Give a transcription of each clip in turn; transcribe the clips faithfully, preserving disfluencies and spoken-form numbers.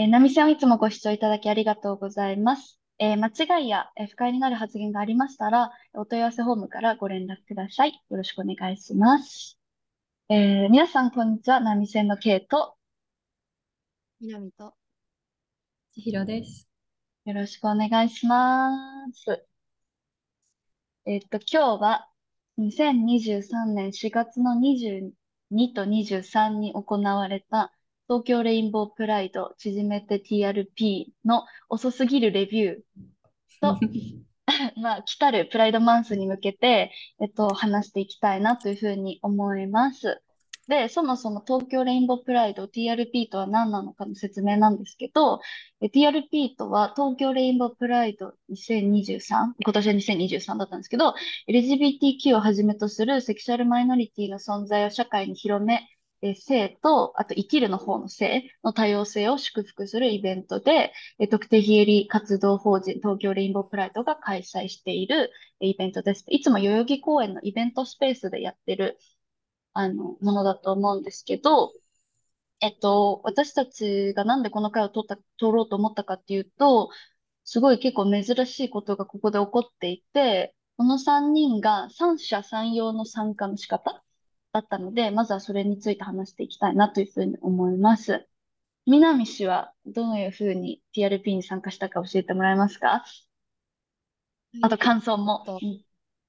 えー、ナミさんいつもご視聴いただきありがとうございます。えー間違いや、えー不快になる発言がありましたら、お問い合わせフォームからご連絡ください。よろしくお願いします。えー皆さん、こんにちは。ナミセンのケイト。 南と千尋です。 よろしくお願いします。えーっと、今日はにせんにじゅうさんねんしがつのにじゅうにとにじゅうさんに行われた東京レインボープライド縮めて ティーアールピー の遅すぎるレビューとまあ、来たるプライドマンスに向けて、えっと、話していきたいなというふうに思います。で、そもそも東京レインボープライド ティーアールピー とは何なのかの説明なんですけど、え ティーアールピー とは東京レインボープライドにせんにじゅうさん、今年はにせんにじゅうさんだったんですけど、エルジービーティーキュー をはじめとするセクシャルマイノリティの存在を社会に広め、え性と、あと生きるの方の性の多様性を祝福するイベントで、え特定非営利活動法人東京レインボープライドが開催しているえイベントです。いつも代々木公園のイベントスペースでやってる、あの、ものだと思うんですけど、えっと、私たちがなんでこの会を取った、取ろうと思ったかっていうと、すごい結構珍しいことがここで起こっていて、このさんにんが三者三様の参加の仕方だったので、まずはそれについて話していきたいなというふうに思います。南氏はどのいうふうに ティーアールピー に参加したか教えてもらえますか？あとはい。 感想も。 と、 うん。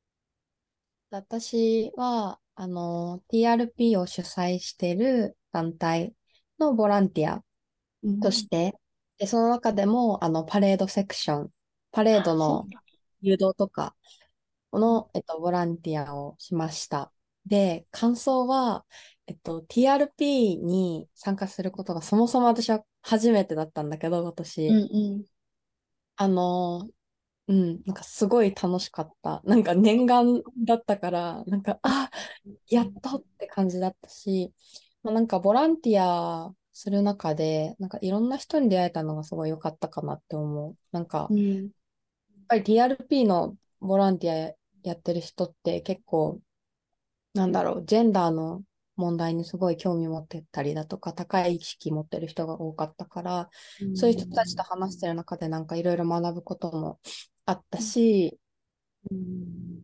私は、あの、ティーアールピー を主催している団体のボランティアうん。 として、で、その中でも、あの、パレードセクション、パレーあ、 ドのそうだ。 誘導とかうん。 の、えっと、ボランティアをしました。で、感想は、えっと、ティーアールピー に参加することがそもそも私は初めてだったんだけど、今うん。 年。 うん。 あの、うん、なんかすごい楽しかった。なんか念願だったから、なんか、あ、やっとって感じだったし、まあ、なんかボランティアする中で、なんかいろんな人に出会えたのがすごい良かったかなって思う。なんか、 うん。 やっぱり ティーアールピー のボランティアややってる人って結構、なんだろう、ジェンダーの問題にすごい興味持ってたりだとか、高い意識持ってる人が多かったから、 うそういう人たちとん。 話してる中でなんかいろいろ学ぶこともあったし、 うん。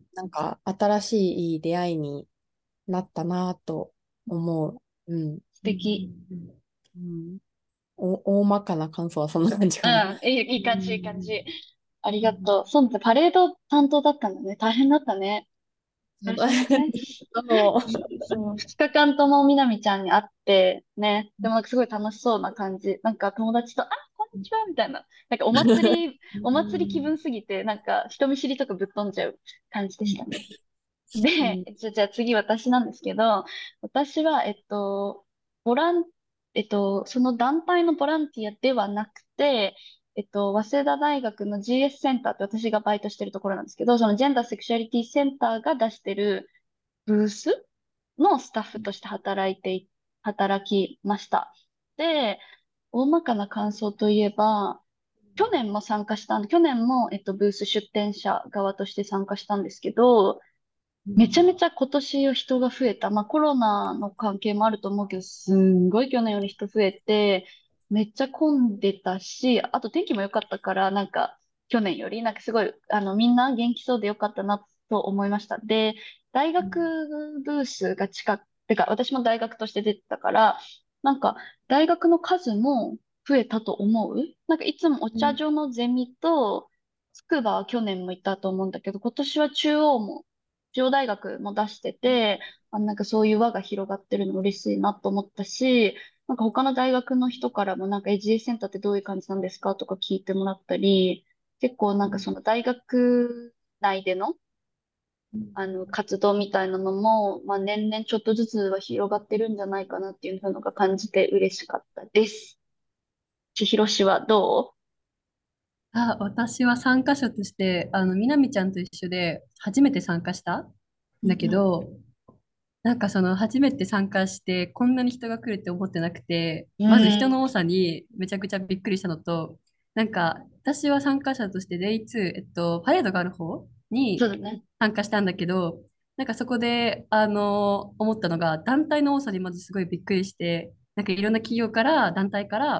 なんか新しいいい出会いになったなと思う。うん。 素敵。 うん、お、大まかな感想はそんな感じかな。 うん。いい、いい感じ、いい感じ。ありがとう。そうだ、パレード担当だったんだね。大変だったね。お疲れ様です。 そう。 そう、二日間ともみなみちゃんに会って、ね。でもなんかすごい楽しそうな感じ。なんか友達と、あ、こんにちはみたいな。なんかお祭り、お祭り気分すぎて、なんか人見知りとかぶっ飛んじゃう感じでしたね。で、 うん。 じゃ、じゃあ次私なんですけど、私は、えっと、ボラン、えっと、その団体のボランティアではなくて、えっと、早稲田大学の ジーエス センターって私がバイトしてるところなんですけど、そのジェンダーセクシュアリティセンターが出してるブースのスタッフとして働いてい、働きました。で、大まかな感想といえば、去年も参加したんで、去年も、えっと、ブース出展者側として参加したんですけど、めちゃめちゃ今年人が増えた。まあコロナの関係もあると思うけど、すんごい去年より人増えて、めっちゃ混んでたし、あと天気も良かったから、なんか去年より、なんかすごい、あのみんな元気そうで良かったなと思いました。で、大学ブースが近く、てか私も大学として出てたから、なんか大学の数も増えたと思う。なんかいつもお茶所のゼミと、筑波は去年もいたと思うんだけど、今年は中央も中央大学も出してて、あ、なんかそういう輪が広がってるの嬉しいなと思ったし、なんか他の大学の人からもなんか エージェー センターってどういう感じなんですかとか聞いてもらったり、結構なんかその大学内でのあの活動みたいなのも、まあ年々ちょっとずつは広がってるんじゃないかなっていうのが感じて嬉しかったです。千尋氏はどあ、私は参加者として、あの、みなみちゃんと一緒で初めて参加したんだけう？うん。 ど、なんかその初めて参加してこんなに人が来るって思ってなくて、 うまず人ん。 の多さにめちゃくちゃびっくりしたのと、なんか私は参加者として デイツー、えっと、パレードがある方にそうだね。 参加したんだけど、なんかそこで、あの、思ったのが団体の多さにまずすごいびっくりして、なんかいろんな企業から団体から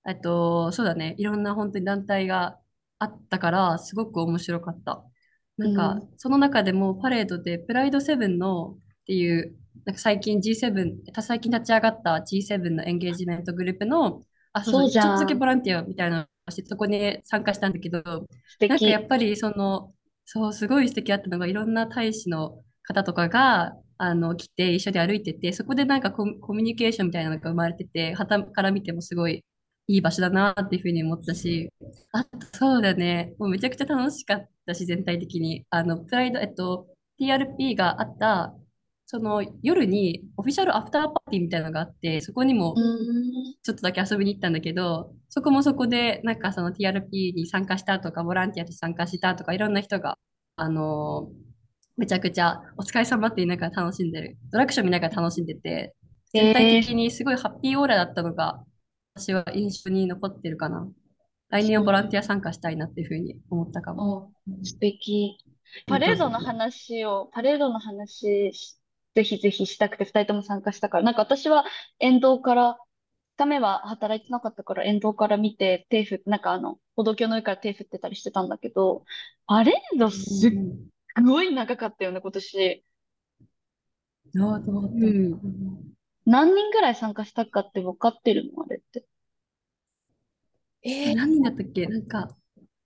えっと、そうだね。いろんな本当に団体があったから、すごく面白かった。なんか、 うん。 その中でもパレードで、プライドセブンのっていう、なんか最近 ジーセブン、た最近立ち上がった ジーセブン のエンゲージメントグループの、あ、そうそそうう、ちょっとだけじゃん。 ボランティアみたいなのをして、そこに参加したんだけど、 素なんかやっ敵。 ぱりその、そう、すごい素敵だったのが、いろんな大使の方とかが、あの、来て一緒に歩いてて、そこでなんかコミコミュニケーションみたいなのが生まれてて、傍から見てもすごいいい場所だなっていうふうに思ったし、あとそうだね、もうめちゃくちゃ楽しかったし、全体的に。あの、プライド、えっと、ティーアールピー があった、その夜にオフィシャルアフターパーティーみたいなのがあって、そこにうもん。 ちょっとだけ遊びに行ったんだけど、そこもそこで、なんかその ティーアールピー に参加したとか、ボランティアで参加したとか、いろんな人が、あのーめちゃくちゃお疲れ様って言いながら楽しんでる。ドラッグショー見ながら楽しんでて、全体えー、 的にすごいハッピーオーラだったのが、私は印象に残ってるかな。来年はボランティア参加したいなっていうふうに思ったかも。 お、素敵。 うん、どうぞ。 パレードの話を、パレードの話し、ぜひぜひしたくて、二人とも参加したから。なんか私は沿道から、二日目は働いてなかったから沿道から見て、手振って、なんかあの、歩道橋の上から手振ってたりしてたんだけど、パレードうすっんごい長かったよね、今年。 うん。ああ、どうだった。ううん。 ん何人ぐらい参加したかって分かってるのあれって。 え、 えー、 何人だったっけなんか、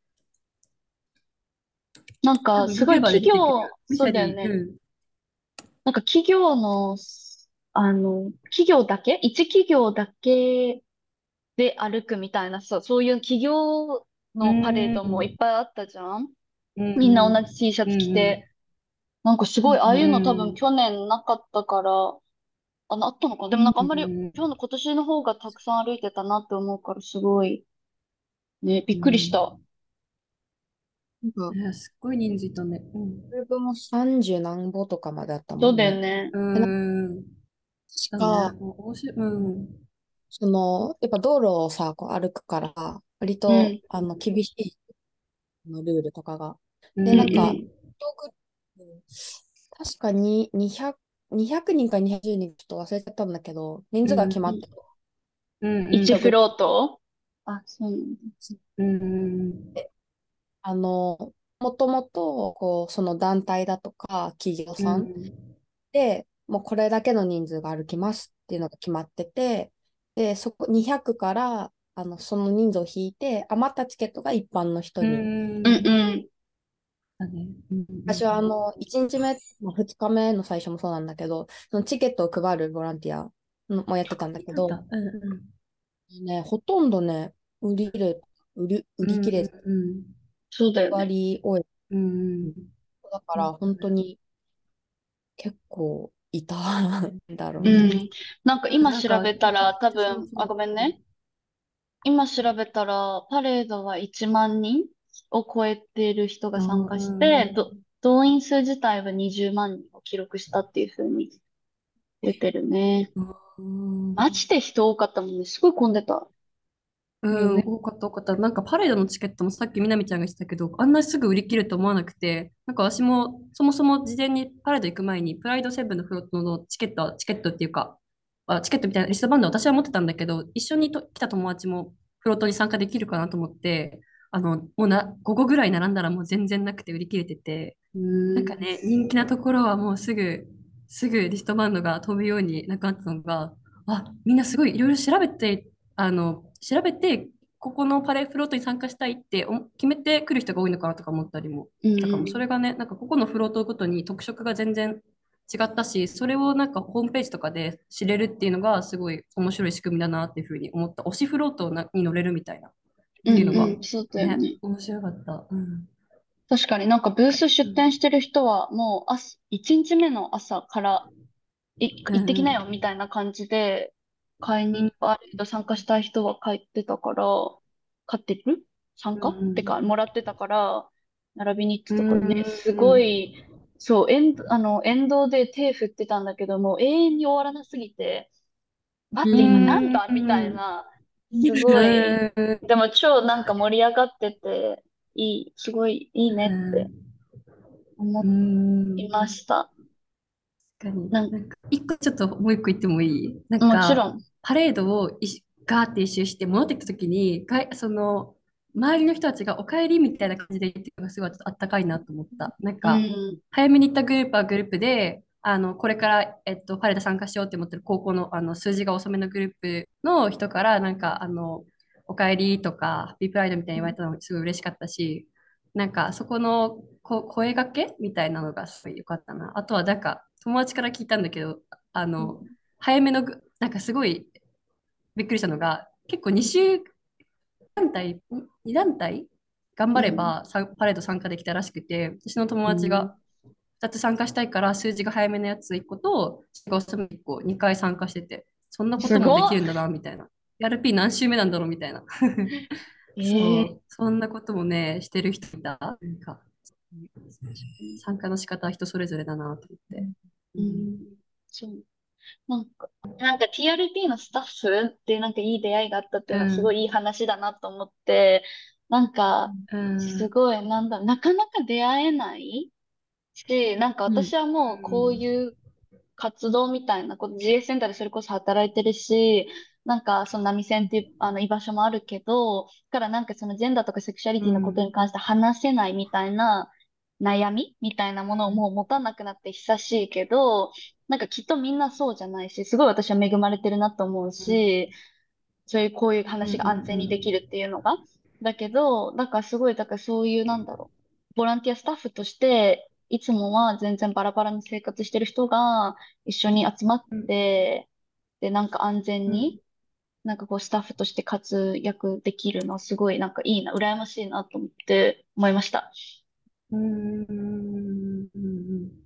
なんか、 多分すごい Google バーで企出てくる。 業、 ミシャリー、 そうだよね。 うん。 なんか企業の、あの、企業だけ一企業だけで歩くみたいな、そう、そういう企業うのパレードもいっん。 ぱいあったじゃん。 うん。 みんな同じ T シャうん。 ツ着うん。 て。なんかすうごい、ああいうの多分ん。 去年なかったから、あの、あったのかな。でうん。 もなんかあんまり、 うん。 今日の今年の方がたくさん歩いてたなって思うから、すごい、ね、びっくりしうんた。 なんか、 ね、すっごい人数いたね。うん。 グループもさんじゅう何歩とかまであったそうだよもんね。 ね。 うで、なんかん。だね。 確か、 もう面白い。うん。 その、やっぱ道路をさ、こう歩くから、割と、 うん。 あの、厳しいのルールとかが。で、 うん。 なんか、 うん。 一グループ確かににひゃく、にひゃくにんかにひゃくじゅうにんちょっと忘れちゃったんだけど、人数が決まってるうん。うん。 いちフロートあ、そうなんだ。 うん。 あの、もともと、こう、その団体だとか、企業うさんん。 で、もうこれだけの人数が歩きますっていうのが決まってて、で、そこにひゃくから、あの、その人数を引いて、余ったチケットが一般の人うに。 うんん。 うん。 だね。うん。うん。 私はあの、いちにちめ、まあふつかめの最初もそうなんだけど、そのチケットを配るボランティアのもやってたんだけど、 なんだ。うん。うん。 ね、ほとんどね、売り切れ、売り、売うん。 り切れ、 うん。 そうだよね。 割り終うん。 え、だかそうら本だね。 当に結構いたんだろうね。 うん。なんかうん、 今調なんか、めちゃべたらくちゃ想多分、あ、 像。 ごめんね。今調べたらパレードはいちまん人を超えている人があ参加して、ど、 ー動員数自体はにじゅうまん人を記録したっていう風に出てるね。 うん、 マジで人多かったもんね。すごい混んでた。 うん、 よね。 多かった多かった。なんかパレードのチケットもさっきみなみちゃんが言ってたけど、あんなすぐ売り切ると思わなくて、なんか私もそもそも事前にパレード行く前にプライドセブンのフロートのチケット、チケットっていうか、あ、チケットみたいなリストバンドを私は持ってたんだけど、一緒にと来た友達もフロートに参加できるかなと思って、あの、もうな、ごこぐらい並んだらもう全然なくて売り切れてて、 うーん。 なんかね、人気なところはもうすぐ、すぐリストバンドが飛ぶようになくなったのが、あ、みんなすごいいろいろ調べて、あの、調べて、ここのパレフロートに参加したいってお決めてくる人が多いのかなとか思ったりもうんしたかも。 うん。 それがね、なんかここのフロートごとに特色が全然違ったし、それをなんかホームページとかで知れるっていうのがすごい面白い仕組みだなっていうふうに思った。推しフロートなに乗れるみたいなっうんていうのがうん。そうだよね、 ね。 面白かった。うん。 確かになんかブース出店してる人はもう朝、いちにちめの朝からいう行ってきなん。 よみたいな感じで、買いに、 うん。 パレード参加したい人は帰ってたから、買ってる参う加ってか、 ん。 もらってたから、並びに行ってうたからね、 ん。 すうん。 ごい、そう、沿、あの、沿道で手振ってたんだけども、永遠に終わらなすぎて、待っうて今なんん。 だみたいな、すうごい、 ん。 でも超なんか盛り上がってて、いい、すごいいいねって思ういん。 ました。 確かに。 なん、 なんか、一個ちょっともう一個言ってもいいなんか、 もちろん。 パレードをいし、 ガーって一周して戻ってきた時に、がいその、周りの人たちがお帰りみたいな感じで言ってるのがすごいあったかいなと思った。なんうか、 ん。 早めに行ったグループはグループで、あの、これから、えっと、パレード参加しようって思ってる高校の、あの数字が遅めのグループの人から、なんか、あの、お帰りとか、ハッピープライドみたいに言われたのもすごい嬉しかったし、なんか、そこのこ声掛けみたいなのがすごい良かったな。あとは、なんか、友達から聞いたんだけど、あの、早めのぐ、なんかすごいびっくりしたのが、結構に週団体、に団体頑張れうん。 ばさパレード参加できたらしくて、私の友うん。 達がふたつ参加したいから数字が早めのやついっこと違うすいっこにかい参加してて、そんなことすごっ。 もできるんだなみたいな。ティーアールピー 何週目なんだろうみたいな。そええう、そんなこともね、してる人いた。なんか参加の仕方は人それぞれだなと思って。ううん。 ん。そう。なんか、なんか ティーアールピー のスタッフってなんかいい出会いがあったっていうのはすごうん。 いいい話だなと思って、なんか、 うん。 すごい、なんだ、なかなか出会えないし、なんかうん。 私はもうこういう活動みたいなこと、ジーエス センターでそれこそ働いてるし、なんかその波線っていうあの居場所もあるけど、だからなんかそのジェンダーとかセクシャリティのことうん。 に関して話せないみたいな悩みみたいなものをもう持たなくなって久しいけど、なんかきっとみんなそうじゃないし、すごい私は恵まれてるなと思うし、そういうこういううん。 話が安全にでうん。 きるっていうのが。だけど、だからすごい、だからそういうなんだろう。ボランティアスタッフとして、いつもは全然バラバラに生活してる人が一緒に集まっうん。 て、で、なんか安全うん。 に、なんかこうスタッフとして活躍できるのはすごいなんかいいな、羨ましいなと思って思いました。 うん。うん。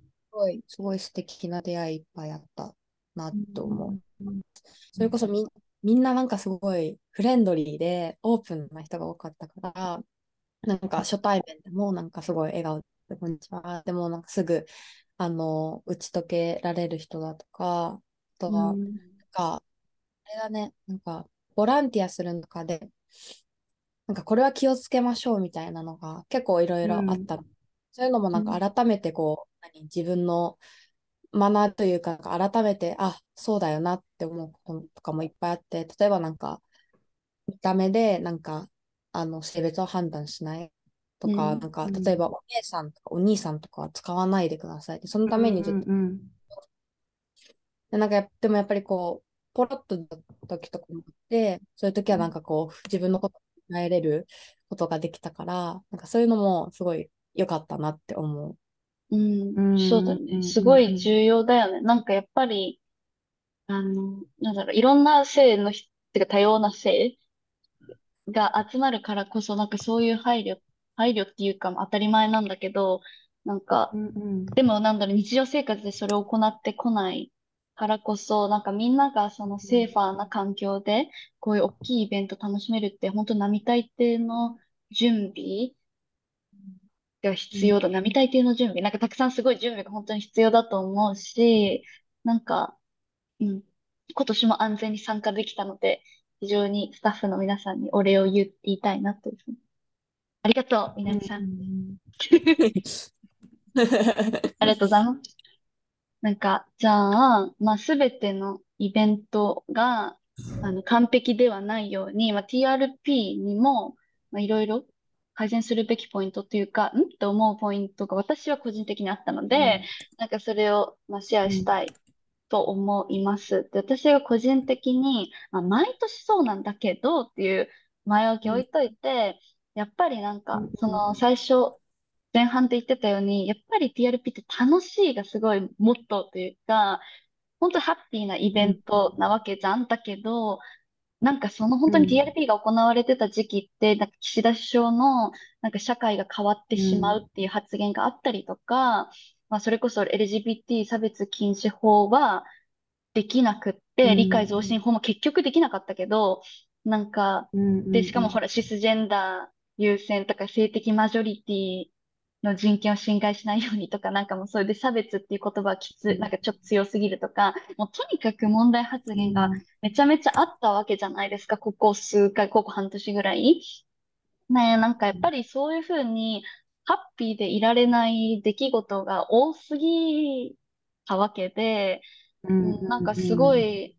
すごい、すごい素敵な出会いいっぱいあったなうと思う。 ん。うん。 それこそみ、みんななんかすごいフレンドリーでオープンな人が多かったから、なんか初対面でもなんかすごい笑顔で、こんにちは。でもなんかすぐ、あの、打ち解けられる人だとか、あとは、なんうん、 か、あれだね、なんか、ボランティアする中で、なんかこれは気をつけましょうみたいなのが結構いろいうん。 ろあった。そういうのもなんか改めてこう、何自分のマナーというか、改めて、あ、そうだよなって思うこととかもいっぱいあって、例えばなんか、見た目でなんか、あの、性別を判断しないとか、 うん、 なんか、例えうん。 ばお姉さんとかお兄さんとかは使わないでくださいって、そのうん。 ためにずっと、 うん。 でなんかや、でもやっぱりこう、ポロッとした時とかもあって、そういう時はなんかこう、自分のことを考えれることができたから、なんかそういうのもすごい良かったなって思う。 うん、 うん。うん。 そうだね。すごうん。うん。 い重要だよね。なんかやっぱり、あの、なんだろう、いろんな性の人、てか多様な性が集まるからこそ、なんかそういう配慮、配慮っていうか当たり前なんだけど、なんか、 うん。うん。 でもなんだろう、日常生活でそれを行ってこないからこそ、なんかみんながそのセーファーな環境で、こういう大きいイベント楽しめるって、本当並大抵の準備が必要だ。並大抵の準備。なんかたくさんすごい準備が本当に必要だと思うし、なんか、うん。今年も安全に参加できたので、非常にスタッフの皆さんにお礼を言う、言いたいなというふうに。ありがとう、みうん。 なみさん。 うん。 ありがとうございます。なんか、じゃあ、まあ、すべてのイベントが、あの、完璧ではないように、まあ、ティーアールピー にも、まあ、いろいろ改善するべきポイントというか、んと思うポイントが私は個人的にあったので、 うん。 なんかそれを、まあ、シェアうん。 したいと思います。で、私が個人的に、まあ、毎年そうなんだけどっていう前置き置いといて、やっぱりなんか、その最初、前半で言ってたように、やっぱり ティーアールピー って楽しいがすごいモットーというか、本当ハッピーなイベントなわけじゃんだけど、なんかその本当にうん。 ティーアールピー が行われてた時期って、なんか岸田首相のなんか社会が変わってしまうっていう発言があったりとか、まあそれこそ エルジービーティー 差別禁止法はできなくって、理解増進法も結局できなかったけど、なんか、 うん。 で、 うん。 しかもほら、シスジェンダー優先とか性的マジョリティの人権を侵害しないようにとか、なんかもうそれで差別っていう言葉はきつ、なんかちょっと強すぎるとか、もうとにかく問題発言がうん。 めちゃめちゃあったわけじゃないですか、ここ数回、ここ半年ぐらい。ねえ、なんかやっぱりそういうふうに、ハッピーでいられない出来事が多すぎたわけで、 うん。 うん、なんかうすごん。 い、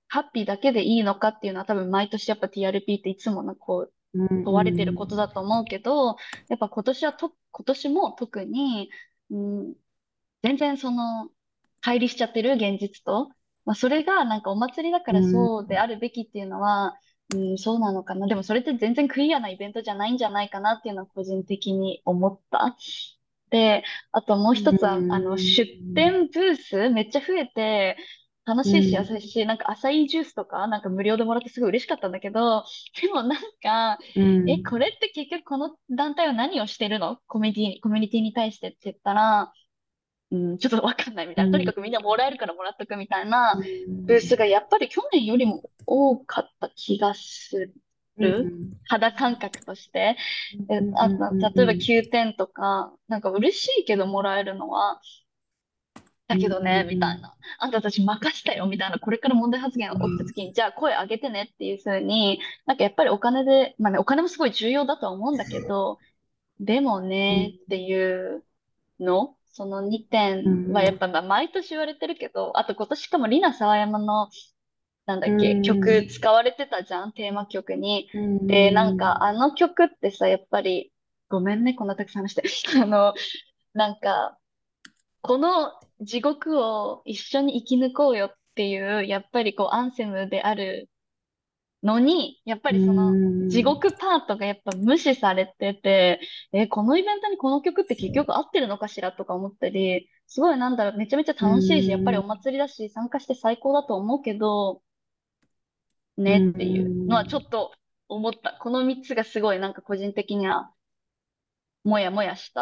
ハッピーだけでいいのかっていうのは多分毎年やっぱ ティーアールピー っていつもなこううん問われてることうんだと思うけど、やっぱ今年はと、今年も特に、うん、全然その、乖離しちゃってる現実と、まあ、それがなんかお祭りだからうんそうであるべきっていうのは、うん、そうなのかな。でもそれって全然クリアなイベントじゃないんじゃないかなっていうのは個人的に思った。で、あともうう一つは、あの、出ん店ブースめっちゃ増えて、楽しいし優しいし、なんかアサイージュースとか、なんか無料でもらってすごい嬉しかったんだけど、でもなんか、え、 うんこれって結局この団体は何をしてるのコミュニティ、コミュニティに対してって言ったら、うん、ちょっとわかんないみたいな。とにうんかくみんなもらえるからもらっとくみたいうなブースんがやっぱり去年よりも多かった気がすうんる。肌感覚として。え、 うんあと、 うんうん例えばきゅうてんとか、なんか嬉しいけどもらえるのは、だけどね、みたいな。あんたたち任したよ、みたいな。これから問題発言が起きた時に、じゃあ声上げてねっていう風に、なんかやっぱりお金で、まあね、お金もすごい重要だとは思うんだけど、でもね、っていうの、そのにてんはやっぱまあ毎年言われてるけど、あと今年しかもリナ沢山の、なんだっけ、曲使われてたじゃん、テーマ曲に。で、なんかあの曲ってさ、やっぱり、ごめんね、こんなたくさん話して。あの、なんか、この地獄を一緒に生き抜こうよっていう、やっぱりこうアンセムであるのに、やっぱりその地獄パートがやっぱ無視されてて、え、このイベントにこの曲って結局合ってるのかしらとか思ったり、すごいなんだろう、めちゃめちゃ楽しいし、やっぱりお祭りだし、参加して最高だと思うけど、ねっていうのはちょっと思った。このみっつがすごいなんか個人的にはもやもやした。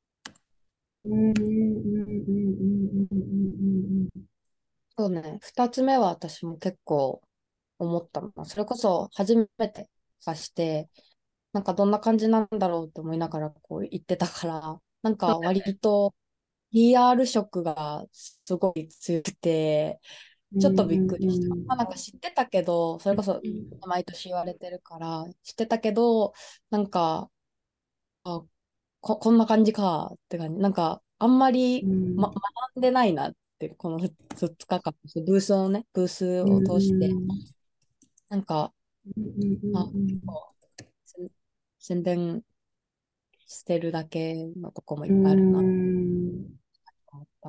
そうね。二つ目は私も結構思ったな。それこそ初めてさして、なんかどんな感じなんだろうって思いながらこう言ってたから、なんかそうだよね。 割と ピーアール 色がすごい強くて、ちょっとびっくりした。まあなんか知ってたけど、それこそうん。 毎年言われてるから知ってたけど、なんか、あ、こ、こんな感じかって感じ。なんかあんまり、ま、学んでないなって、このふつかかん、ブースをね、ブースを通して、なんか、あ、せ宣伝してるだけのとこもいっぱいあるなと思った。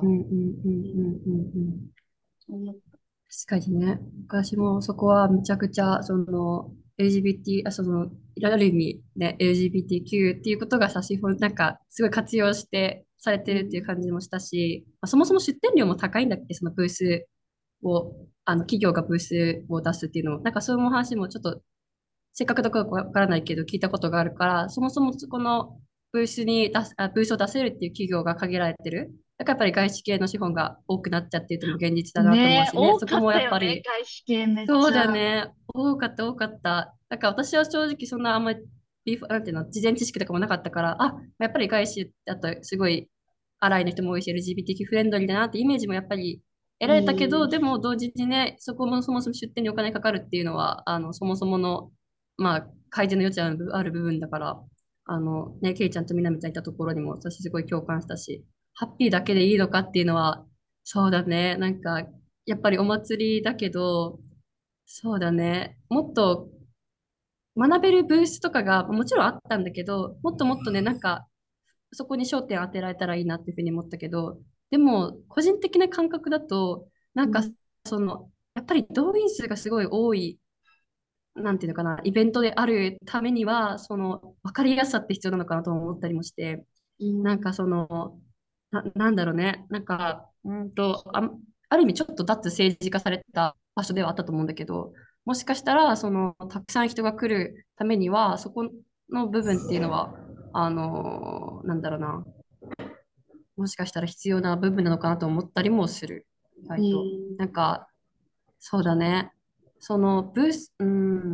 うん。 確かにね、私もそこはめちゃくちゃ、その、エルジービーティー、あ、その、ある意味ね、エルジービーティーキュー っていうことがさ、資本、なんか、すごい活用してされてるっていう感じもしたし、まあ、そもそも出店料も高いんだっけ、そのブースを、あの、企業がブースを出すっていうのも、なんかそういう話もちょっと、せっかくどこかわからないけど、聞いたことがあるから、そもそもこのブースに出す、あ、ブースを出せるっていう企業が限られてる。だからやっぱり外資系の資本が多くなっちゃっているのも現実だなと思うねえ、 しね、 多かそこもったよね、 やっぱり、 外資系めっそうだよちゃ。 ね。多かった、多かった。だから私は正直そんなあんまりビーフ、なんていうの、事前知識とかもなかったから、あ、やっぱり外資だとすごいアライの人も多いし、エルジービーティーキュー フレンドリーだなってイメージもやっぱり得うられたけど、 ん。 でも同時にね、そこもそもそも出店にお金かかるっていうのは、あの、そもそもの、まあ、改善の余地あるある部分だから、あの、ね、ケイちゃんとみなみちゃんいたところにも私すごい共感したし、ハッピーだけでいいのかっていうのは、そうだね、なんか、やっぱりお祭りだけど、そうだね。もっと学べるブースとかがもちろんあったんだけど、もっともっとね、なんかそこに焦点を当てられたらいいなっていうふうに思ったけど、でも個人的な感覚だと、なんかうん。 その、やっぱり動員数がすごい多い、なんていうのかな、イベントであるためには、その分かりやすさって必要なのかなと思ったりもして、 うん。 なんかその、な、なんだろうね、なんか、うんと、あ、ある意味ちょっと脱政治化された場所ではあったと思うんだけど、もしかしたら、その、たくさん人が来るためには、そこの部分っていうのは、あの、なんだろうな、もしかしたら必要な部分なのかなと思ったりもする。意う外と。 ん。 なんか、そうだね。その、ブース、うん、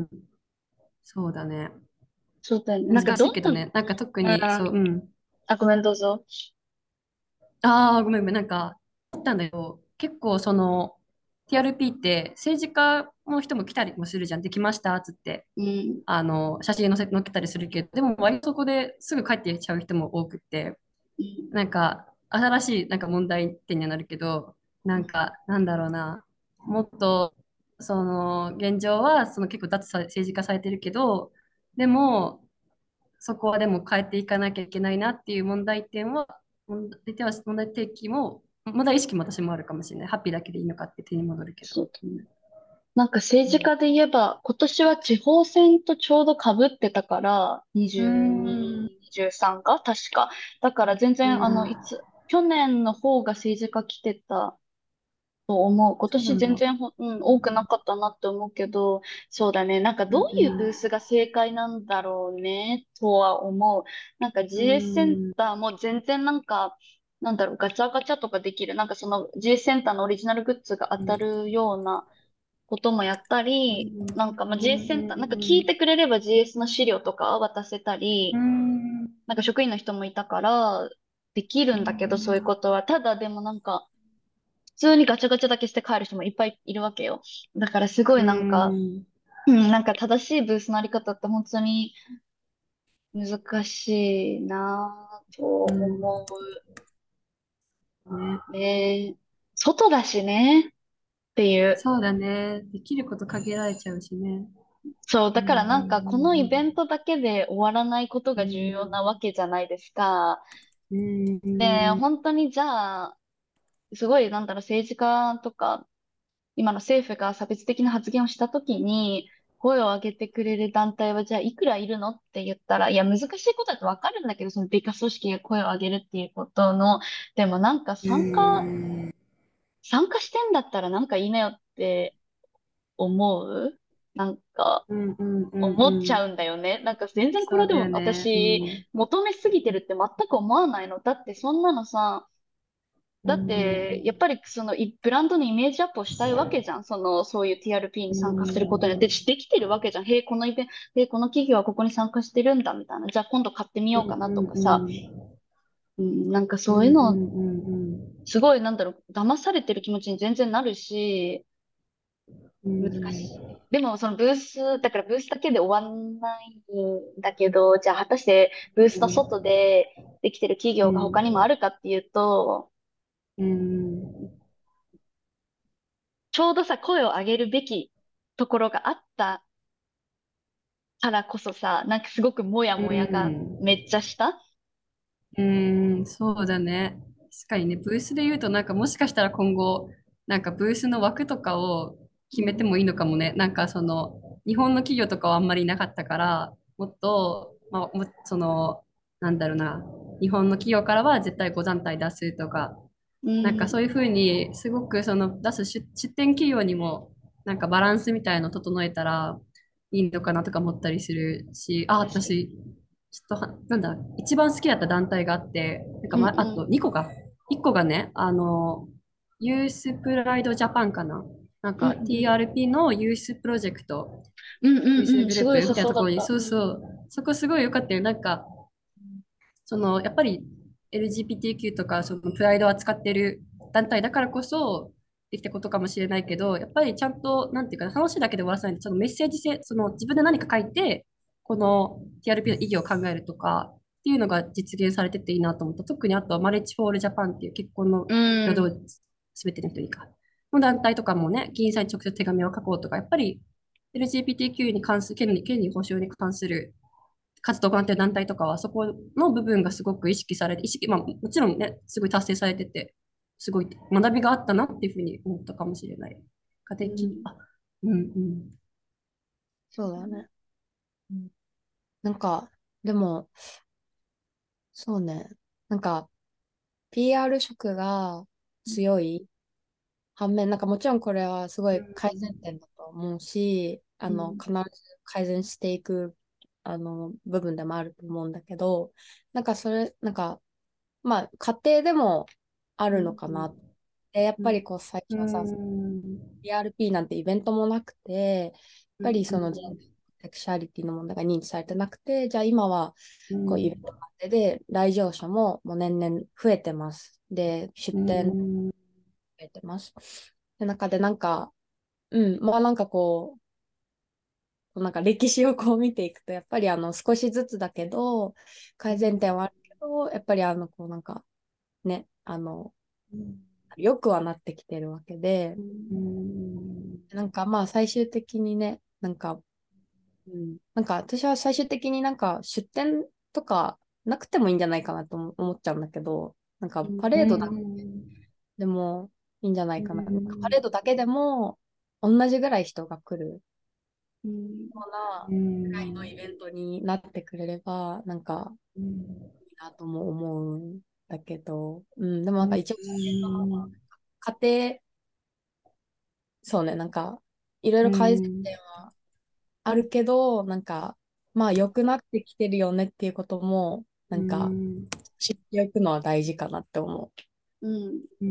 そうだね。 そうだよね。なんか難しどんどん、 いけどね。なんか特うん。 に、そう、うん。 あ、ごめん、どうぞ。 ああ、ごめんごめん。なんか、あったんだよ。結構、その、ティーアールピー って政治家の人も来たりもするじゃん。できましたっつって、 うん。 あの、写真載せ、載っけたりするけど、でも割とそこですぐ帰ってきちゃう人も多くって、 うん。 なんか、新しいなんか問題点にはなるけど、なんか、なんだろうな、もっと、 その現状はその結構脱さ政治化されてるけど、でもそこはでも変えていかなきゃいけないなっていう問題点は、問題点は問題提起も、問題意識も私もあるかもしれない。ハッピーだけでいいのかって手に戻るけど。 そうだね。なんか政うん治家で言えば、今年は地方選とちょうど被ってたから、 うーん。 にじゅうに、にじゅうさんか確か。だから全う然、あの、いん。 つ、去年の方が政治家来てたと思う。今年そうなんだ。 全然ほ、うん、多くなかったなって思うけど、そうだね。なんかうんどういうブースが正解なんだろうね、とは思う。なんかうジーエス センん。 ターも全然なんか、なんだろう、ガチャガチャとかできる。なんかその ジーエス センターのオリジナルグッズが当たるようなこともやったり、なんかまあ ジーエス センター、なんか聞いてくれれば ジーエス の資料とか渡せたうり、 ん。 なんか職員の人もいたから、できるんだけど、そういうことは。ただでもなんか、普通にガチャガチャだけして帰る人もいっぱいいるわけよ。だからすごういなんか、 ん。 うん、なんか正しいブースのあり方って本当に難しいなぁとうん。 思ね。 うね。外だしねっていう。 そうだね。できること限られちゃうしね。 そう、 うん。 だからなんかこのイベントだけで終わらないことうが重要なん。 わけじゃないですか。 うん。うで、 ん。 本当にじゃあ、すごいなんだろう、政治家とか、今の政府が差別的な発言をしたときに、声を上げてくれる団体はじゃあいくらいるのって言ったら、いや難しいことだとわかるんだけど、その美化組織が声を上げるっていうことの、でもなんかう参加、 ん。 参加してんだったらなんかいいなよって思うなんかうん。うん。うん。 思っちゃうん。 うんだよね。なんか全然こそうだれでもよね。う私ん。 求めすぎてるって全く思わないの。だってそんなのさ、 うだって、やっん。 ぱりそのいブランドのイメージアップをしたいわけじゃん。その、そういう ティーアールピー にう参加することによって、 ん。 できてるわけじゃん。へえ、このイベント、へえ、この企業はここに参加してるんだ、みたいな。じゃあ今度買ってみうようかなとん。 かさ。 うん。 うん、なんかうん。 そういうの、 うん。うん。 すごい、なんだろう、騙されてる気持ちに全然なるし、 う難ん。 しい。でも、そのブース、だからブースだけで終わんないんだけど、じゃあ果たしてブースの外でできてる企業が他にもあるかっていうと、 うん。 ちょうどさ、声を上げるべきところがあったからこそさ、なんかすごくもやうもやがん。 めっちゃした。 うーん、そうだね。確かにね、ブースで言うと、なんかもしかしたら今後、なんかブースの枠とかを決めてもいいのかもね。なんかその、日本の企業とかはあんまりいなかったから、もっと、まあ、もその、なんだろうな、日本の企業からは絶対ご団体出すとか、 うん、 なんかそういうふうに、すごくその出す出、出展企業にも、なんかバランスみたいの整えたらいいのかなとか思ったりするし、あ、 確かに。 私、ちょっとは、なんだ、一番好きだった団体があって、なんか、 うんま、あとうん。 にこか。いっこがね、あの、ユースプライドジャパンかな。なんかうんうん。 ティーアールピー のユースプロジェクト、 うんうユーんうん。 スグループすごい良さみたいなところに、 そうだった。 そううん。 そう、そこすごい良かったよ。なんか、その、やっぱり エルジービーティーキュー とか、そのプライドを扱ってる団体だからこそ、できたことかもしれないけど、やっぱりちゃんと、なんていうかな、話だけで終わらせないで、ちょっとメッセージ性、その自分で何か書いて、この ティーアールピー の意義を考えるとか、っていうのが実現されてていいなと思った。特にあとはマレッジフォールジャパンっていう結婚のう平等ん。 すべての人にか。の団体とかもね、議員さんに直接手紙を書こうとか、やっぱり エルジービーティーキュー に関する、権利、権利保障に関する活動を行っている団体とかは、そこの部分がすごく意識されて、意識、まあ、もちろんね、すごい達成されてて、すごい学びがあったなっていうふうに思ったかもしれない。家庭き、 うん。 あ、うんうん。 そうだね。うん。なんか、でも、そうね。なんか、ピーアール 色が強い反面、なんかもちろんこれはすごい改善点だと思うし、あの、 うん。 必ず改善していく、あの、部分でもあると思うんだけど、なんかそれ、なんか、まあ、家庭でもあるのかな。で、やっうんぱりこう、最う初はさ、 ん。 ピーアールピー なんてイベントもなくて、やっうん。 ぱりそのジェンダー、セクシャリティの問題が認知されてなくて、じゃあ今はうん。 こうイベントがあってで、来場者ももう年々増えてます。で、出う店増ん。 えてます。で、中でなんか、うん、まあなんかこう、なんか歴史をこう見ていくと、やっぱりあの少しずつだけど、改善点はあるけど、やっぱりあのこうなんかね、あの、よくはなってきてるわけで、 なんかまあ最終的にね、なんか、うん、なんか私は最終的になんか出店とかなくてもいいんじゃないかなと思思っちゃうんだけど、なんかパうレードだん。 でもいいんじゃないうかな。なんかパレーん。 ドだけでも同じぐらい人が来るようん。 うなうぐらいのイん。 ベントになってくれれば、なんかうん。 いいなとも思うんだけど、うん、でもなんかうん。 一応家庭、そうね、なんかいろいうろ改善ん。 点はあるけど、なんかまあ良くなってきてるよねっていうことも、 うなんかん。 知っておくのは大事かなって思うん。 うん。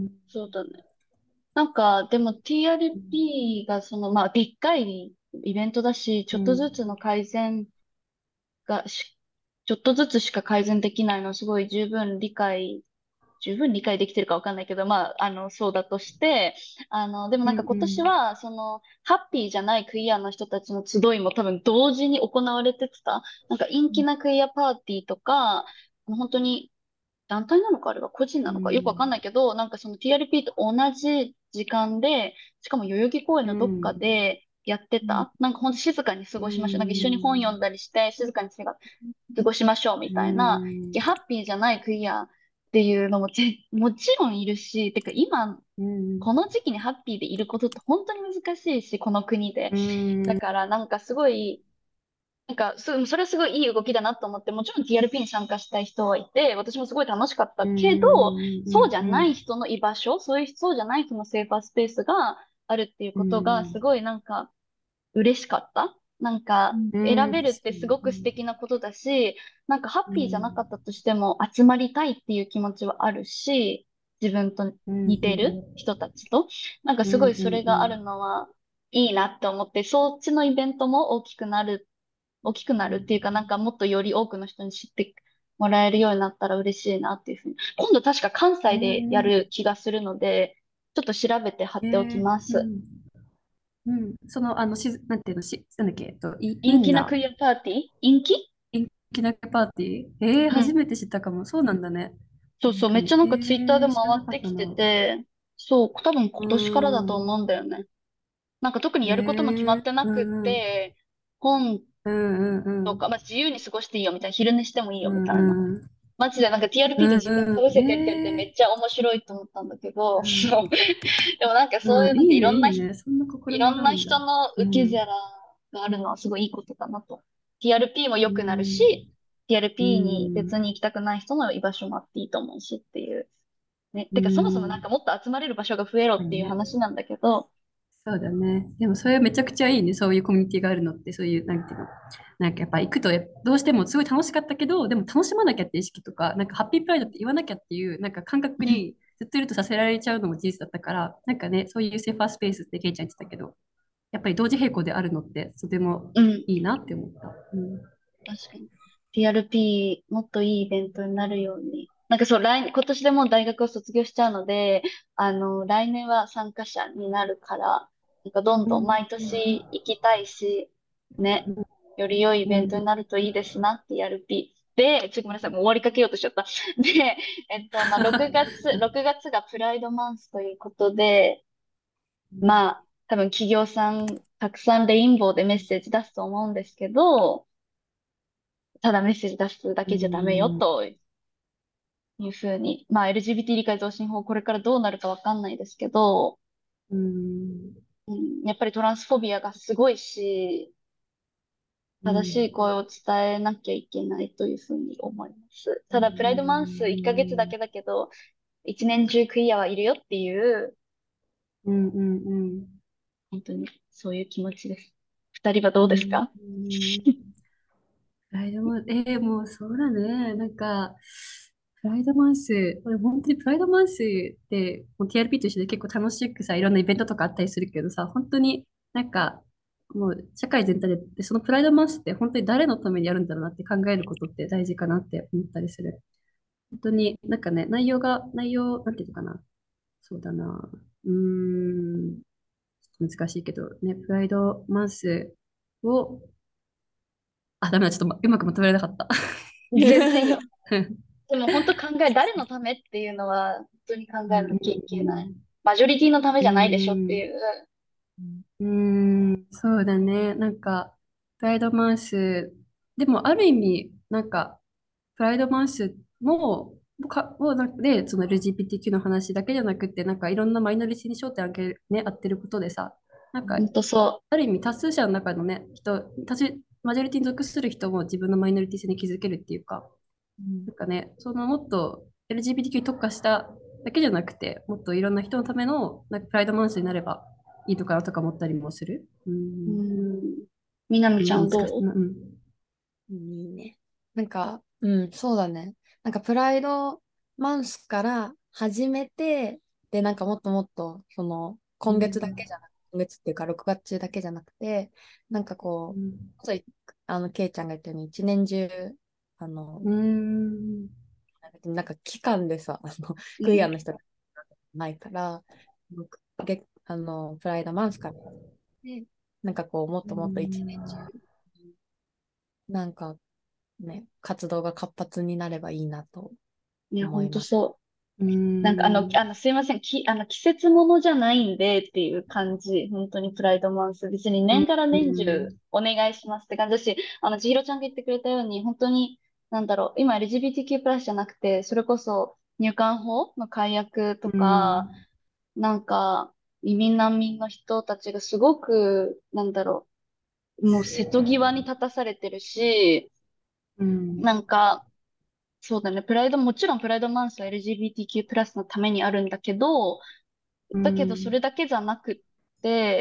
そうだね。なんか、でも ティーアールピー がその、まあ、でっかいイベントだし、ちょっとずつの改善がし、ちょっとずつしか改善できないのすごい十分理解、十分理解できてるかわかんないけど、まあ、あの、そうだとして、あの、でもうなんか今年ん。 は、その、ハッピーじゃないクイアの人たちの集いも多分同時に行われてた。なんか陰気なクイアパーティーとか、本当に団体なのかあれは個人うなのかよくわかんん。 ないけど、なんかその ティーアールピー と同じ時間で、しかも代々木公園うのどっかん。 でやってた。なんかほんと静かに過うごしましょう。なんか一緒に本読んん。 だりして、静かに過ごしましょうみうたいな。いん。 やハッピーじゃないクイアっていうのもぜ、もちろんいるし、てか今、 うん。 この時期にハッピーでいることって本当に難しいし、この国で。 うん。 だからなんかすごい、なんか、そ、それはすごいいい動きだなと思って、もちろん ティーアールピー に参加したい人はいて、私もすごい楽しかったうけど、そうじゃないん。 人の居場所、そういう、そうじゃない人のセーファースペースがあるっていううことが、すん。 ごいなんか、嬉しかった。なんか、 うん。 選べるっ確かてすごく素に。 敵なことだし、なんかハッうピーじゃなかっん。 たとしても集まりたいっていう気持ちはあるし、自分とうん。 似てる人たちと、なんかうん。 すごいそれがあるうん。 のはいいなって思って、そっちのイベントも大きくなる大きくなるっていうか、なんかもっとより多くの人に知ってもらえるようになったら嬉しいなっていうふうに。今度確か関う西でやん。 る気がするので、ちょっと調べて貼っておきえー、 ます。 うん。うん。その、あの、しず、なんていうの、し、なんだっけ、えっと、イ、イ陰ンナ気なクイアパーティー陰気ー、インキナパーティー。えー、 うん。 初めて知ったかも。そうなんだね。 そうそう、 確かに。 めっちゃなんかツイッターで回えー、知らなってきてかったな。うて、そう、多分ー今年からだとん。 思うんだよね。なんか特にえやることも決まっー、 てなくっうんうん。 て、本うんうんうとか、まあ自由に過ごしていいよみたいな、昼寝してもいいん。うよみたいな。 んうん。 マジでなんか ティーアールピー とうん自分うん。 被せてってってめえっちゃ面白いと思ったんだけど、 ー、うん。 でもなんかそういうのってうん、いいね、 いろんな人、 いいね。そんな試いろんなみがあるんだ。 人のうん。 受け皿があるのはすごいいいことだなと。ティーアールピー もう良くなるし、 ん。うティーアールピー に別ん。 に行きたくない人の居場所もあっていいと思うしっていう。ね。 うてかそもそもなんん。 かもっと集まれる場所が増えろっていう確かにね。 話なんだけど、 そうだね。でもそれめちゃくちゃいいね。そういうコミュニティがあるのって、そういう、なんていうの。なんかやっぱ行くとどうしてもすごい楽しかったけど、でも楽しまなきゃって意識とか、なんかハッピープライドって言わなきゃっていうなんか感覚にずっといるとさせられちゃうのも事実だったから、なんかね、そういうセーファースペースってケイちゃん言ってたけど、やっぱり同時並行であるのってとてもうん、 いいなって思った。うん。 確かに。ティーアールピー もっといいイベントになるように。なんかそう、来、今年でもう大学を卒業しちゃうので、あの、来年は参加者になるから、なんかどんうん。 どん毎年行きたいし、ね、より良いイベントになるといいですな、ティーアールピー。で、ちょ、ごめんなさい、もう終わりかけようとしちゃった。で、えっと、まあ、6月、ろくがつがプライドマンスということで、まあ、多分企業さんたくさんレインボーでメッセージ出すと思うんですけど、ただメッセージ出すだうけじゃダメよん。 というふうに、まあ エルジービーティー 理解増進法これからどうなるかわかんないですけど、 うん。 うん、やっぱりトランスフォビアがすごいし、正しうん。 い声を伝えなきゃいけないというふうに思います。 うただプライドマンスいっかげつだん。 けだけど、一年中クイアはいるよっていう、 うん。うん。うん。 本当にそういう気持ちです。二人はうどうですか？ ん。プライドマン、えー、もうそうだね。なんか、プライドマンス、これ本当にプライドマンスって、もう ティーアールピー と一緒で結構楽しくさ、いろんなイベントとかあったりするけどさ、本当になんか、もう社会全体で、でそのプライドマンスって本当に誰のためにやるんだろうなって考えることって大事かなって思ったりする。本当になんかね、内容が、内容、なんていうのかな。そうだな。うーん、難しいけど、ね、プライドマンスを、あ、ダメだ、ちょっとまうまくまとめられなかった。 全然いいよ。でも本当考え、誰のためっていうのは本当に考うんえなきゃいけない。 うんマジョリティのためうじゃないでしょってんいう。 うーん、そうだね。なんか、プライドマンス、でもある意味、なんか、プライドマンスも、か、もうなんかで、その エルジービーティーキュー の話だけじゃなくて、なんかいろんなマイノリティに焦点を当てる、ね、当てることでさ、なんか、 本当そある意味多数者の中のね、人、多数、マジョリティに属する人も自分のマイノリティ性に気づけるっていうか、 うんなんかね、そのもっと エルジービーティーキュー に特化しただけじゃなくて、もっといろんな人のためのなんかプライドマンスになればいいのかなとか思ったりもする。うう。うん。 ん。みなみちゃんうん、難しいな。 どう？ うん。 いいね。なんか、うん、そうだね。なんかプライドマンスから始めて、で、なんかもっともっと、その、今月だけじゃなくて、今月っていうかろくがつ中だけじゃなくて、なんかこう、 うん。 そういあの、ケイちゃんが言ったように一年中、あの、 うん。 なんか期間でさ、あの、クイアうん。 の人がないから、僕げあの、プライドマンスからで、なんかこう、もっうともっと一年ん。 中、なんかね、活動が活発になればいいなとね、ほん思います。 とそう。 うなんかあの、 ん。 あの、すいません。き、あの、季節ものじゃないんでっていう感じ。本当にプライドマンス。別にうん。 年がらう年中ん。 お願いしますって感じだし、あの、千尋ちゃんが言ってくれたように、本当に、なんだろう、今 エルジービーティーキュー プラスじゃなくて、それこそ入管法の解約とうか、 ん。 なんか、移民難民の人たちがすごく、なんだろう、もう瀬戸際に立たされてるし、 うん。 なんか、そうだね、プライド、もちろんプライドマンスは エルジービーティーキュー プラスのためにあるんだけど、 うだけどそれん。 だけじゃなくって、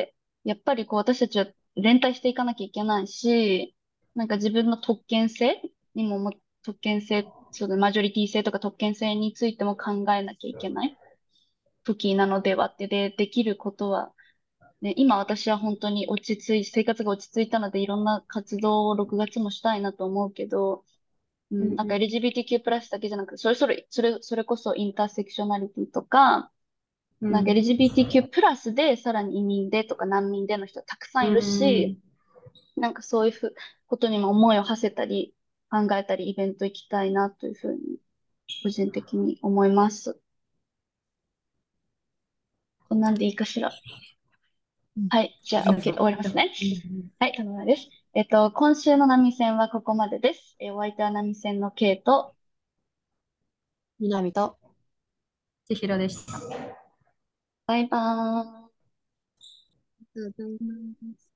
やっぱりこう私たちは連帯していかなきゃいけないし、なんか自分の特権性にもも、特権性、そうだね、マジョリティ性とか特権性についても考えなきゃいけない時なのではって、で、できることは、ね、今私は本当に落ち着い、生活が落ち着いたのでいろんな活動をろくがつもしたいなと思うけど、うん、なんかうん。 エルジービーティーキュー プラスだけじゃなくて、それぞれ、それ、それこそインターセクショナリティとか、なんかうん。 エルジービーティーキュー プラスで、さらに移民でとか難民での人たくさんういるし、 ん。 なんかそういうふことにも思いを馳せたり、考えたり、イベント行きたいなというふうに、個人的に思います。こんなんでいいかしら。 うん、 はい。じゃあ、 ありが OK でとう。 終わりますね。 うん。 はい、田村です。えっと、今週の波線はここまでです。えーお相手は波線の K と、 南と千尋でした。 バイバーイ。 ありがとうございます。